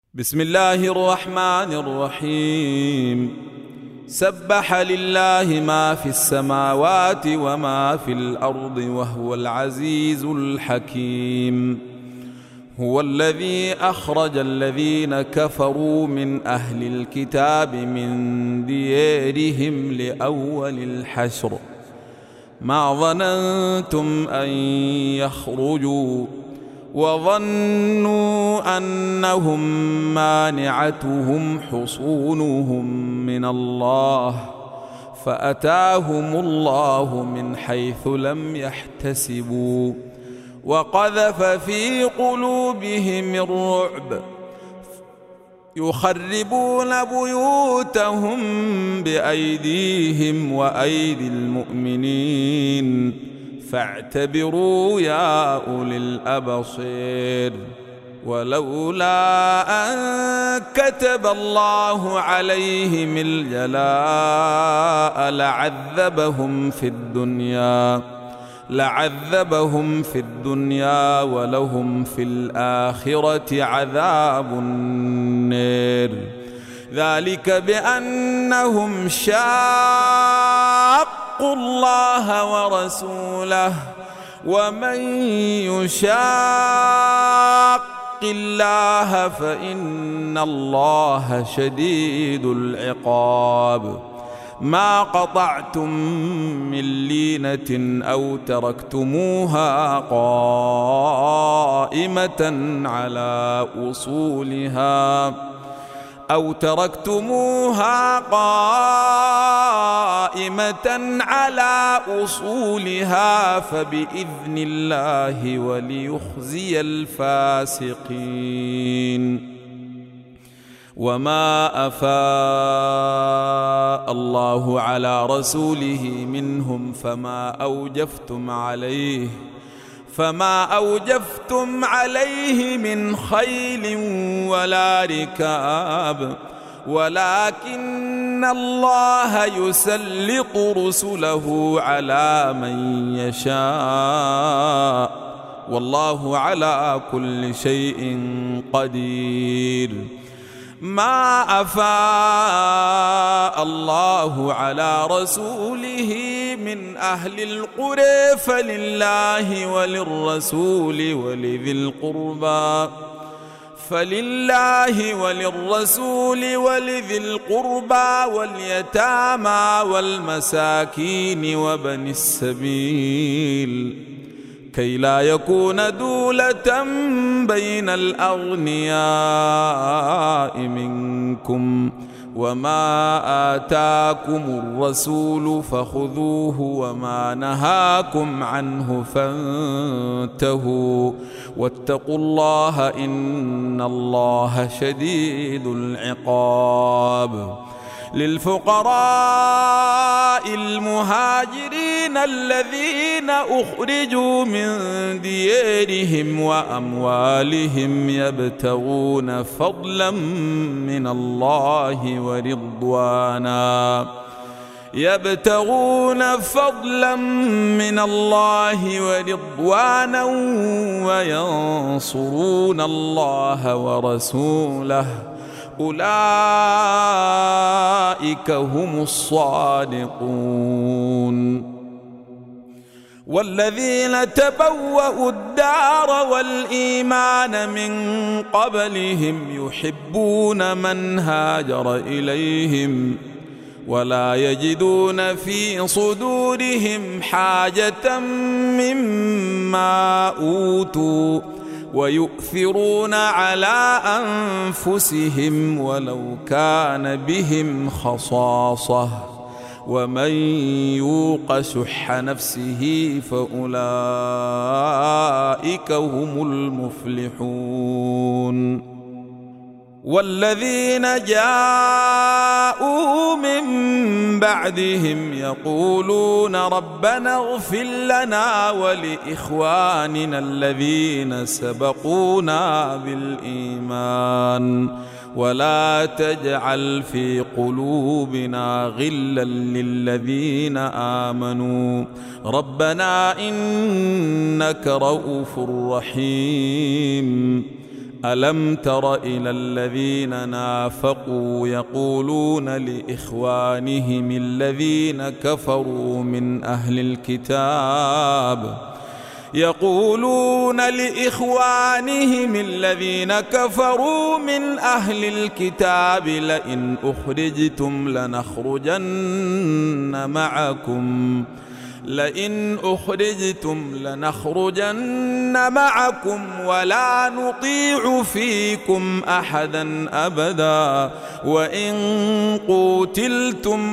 بسم الله الرحمن الرحيم. سبح لله ما في السماوات وما في الأرض وهو العزيز الحكيم. هو الذي أخرج الذين كفروا من أهل الكتاب من ديارهم لأول الحشر ما ظننتم أن يخرجوا وظنوا أنهم مانعتهم حصونهم من الله فأتاهم الله من حيث لم يحتسبوا وقذف في قلوبهم الرعب يخربون بيوتهم بأيديهم وأيدي المؤمنين فاعتبروا يا أولي الأبصير. ولولا أن كتب الله عليهم الجلاء لعذبهم في الدنيا ولهم في الآخرة عذاب النار. ذلك بأنهم شاقوا الله ورسوله ومن يشاق الله فإن الله شديد العقاب. ما قطعتم من لينة أو تركتموها قائمة على أصولها فبإذن الله وليخزي الفاسقين. وما أفاء الله على رسوله منهم فما أوجفتم عليه من خيل ولا ركاب ولكن الله يسلط رسله على من يشاء والله على كل شيء قدير. ما أفاء الله على رسوله من أهل القرى فلله وللرسول ولذي القربى واليتامى والمساكين وبن السبيل كي لا يكون دولة بين الأغنياء منكم. وما آتاكم الرسول فخذوه وما نهاكم عنه فانتهوا واتقوا الله إن الله شديد العقاب. للفقراء المهاجرين الذين أخرجوا من ديارهم وأموالهم يبتغون فضلا من الله ورضوانا وينصرون الله ورسوله أولئك هم الصادقون. والذين تبوأوا الدار والإيمان من قبلهم يحبون من هاجر إليهم ولا يجدون في صدورهم حاجة مما أوتوا ويؤثرون على أنفسهم ولو كان بهم خصاصة ومن يوق شح نفسه فأولئك هم المفلحون. والذين جاءوا من بعدهم يقولون ربنا اغفر لنا ولإخواننا الذين سبقونا بالإيمان ولا تجعل في قلوبنا غلا للذين آمنوا ربنا إنك رؤوف رحيم. ألم تر إلى الذين نافقوا يقولون لإخوانهم الذين كفروا من أهل الكتاب لئن أخرجتم لنخرجن معكم ولا نطيع فيكم أحدا أبدا وإن قوتلتم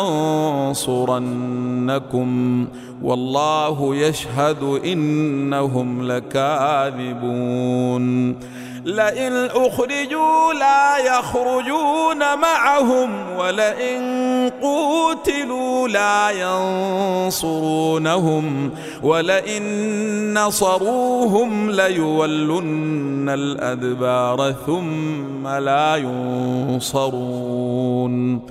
لننصرنكم والله يشهد إنهم لكاذبون لئن أخرجوا لا يخرجون معهم ولئن قوتلوا لا ينصرونهم ولئن نصروهم ليولن الأدبار ثم لا ينصرون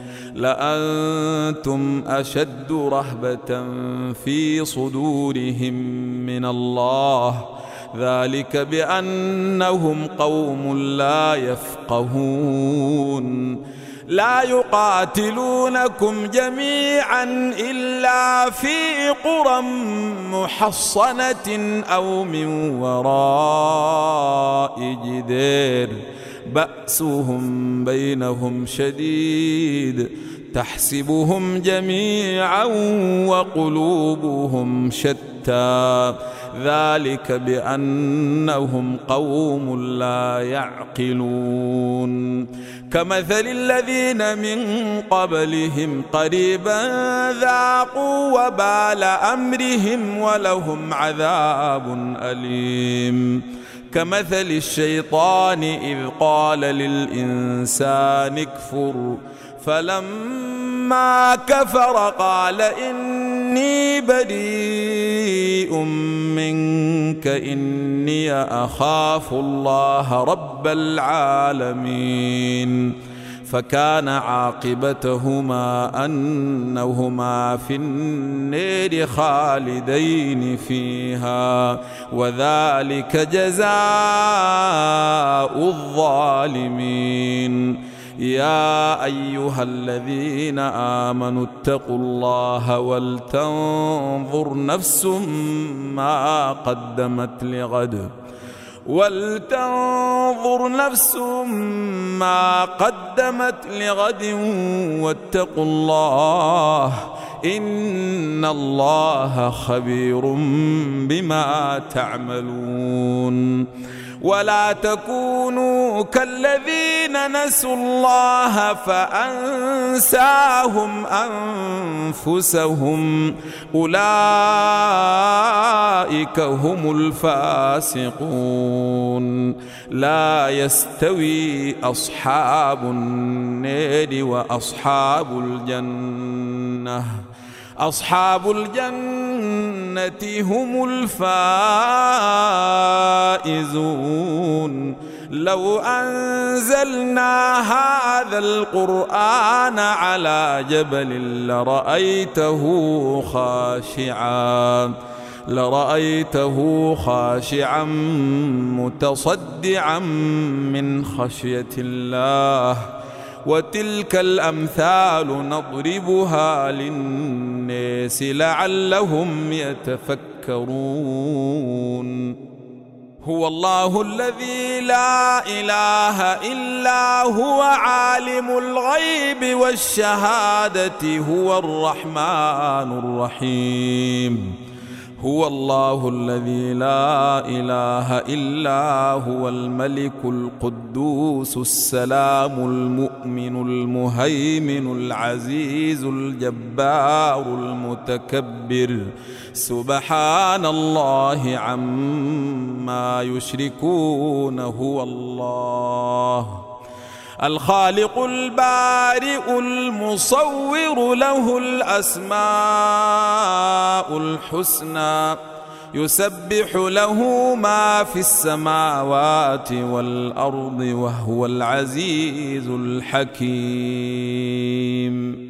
لأنتم أشد رهبة في صدورهم من الله ذلك بأنهم قوم لا يفقهون لا يقاتلونكم جميعا إلا في قرى محصنة أو من وراء جدار بأسهم بينهم شديد تحسبهم جميعا وقلوبهم شتى ذلك بأنهم قوم لا يعقلون كمثل الذين من قبلهم قريبا ذاقوا وبال أمرهم ولهم عذاب أليم كمثل الشيطان إذ قال للإنسان اكفر فلما كفر قال إني بريء منك إني أخاف الله رب العالمين فكان عاقبتهما أنهما في النار خالدين فيها وذلك جزاء الظالمين يا أيها الذين آمنوا اتقوا الله ولتنظر نفس ما قدمت لغد واتقوا الله إن الله خبير بما تعملون ولا تكونوا كالذين نسوا الله فأنساهم أنفسهم أولئك هم الفاسقون لا يستوي أصحاب النار وأصحاب الجنة أصحاب الجنة هم الفائزون لو أنزلنا هذا القرآن على جبل لرأيته خاشعا متصدعا من خشية الله وتلك الأمثال نضربها للناس لعلهم يتفكرون هو الله الذي لا إله إلا هو عالم الغيب والشهادة هو الرحمن الرحيم هو الله الذي لا إله إلا هو الملك القدوس السلام المؤمن المهيمن العزيز الجبار المتكبر سبحان الله عما يشركون هو الله الخالق البارئ المصور له الأسماء الحسنى يسبح له ما في السماوات والأرض وهو العزيز الحكيم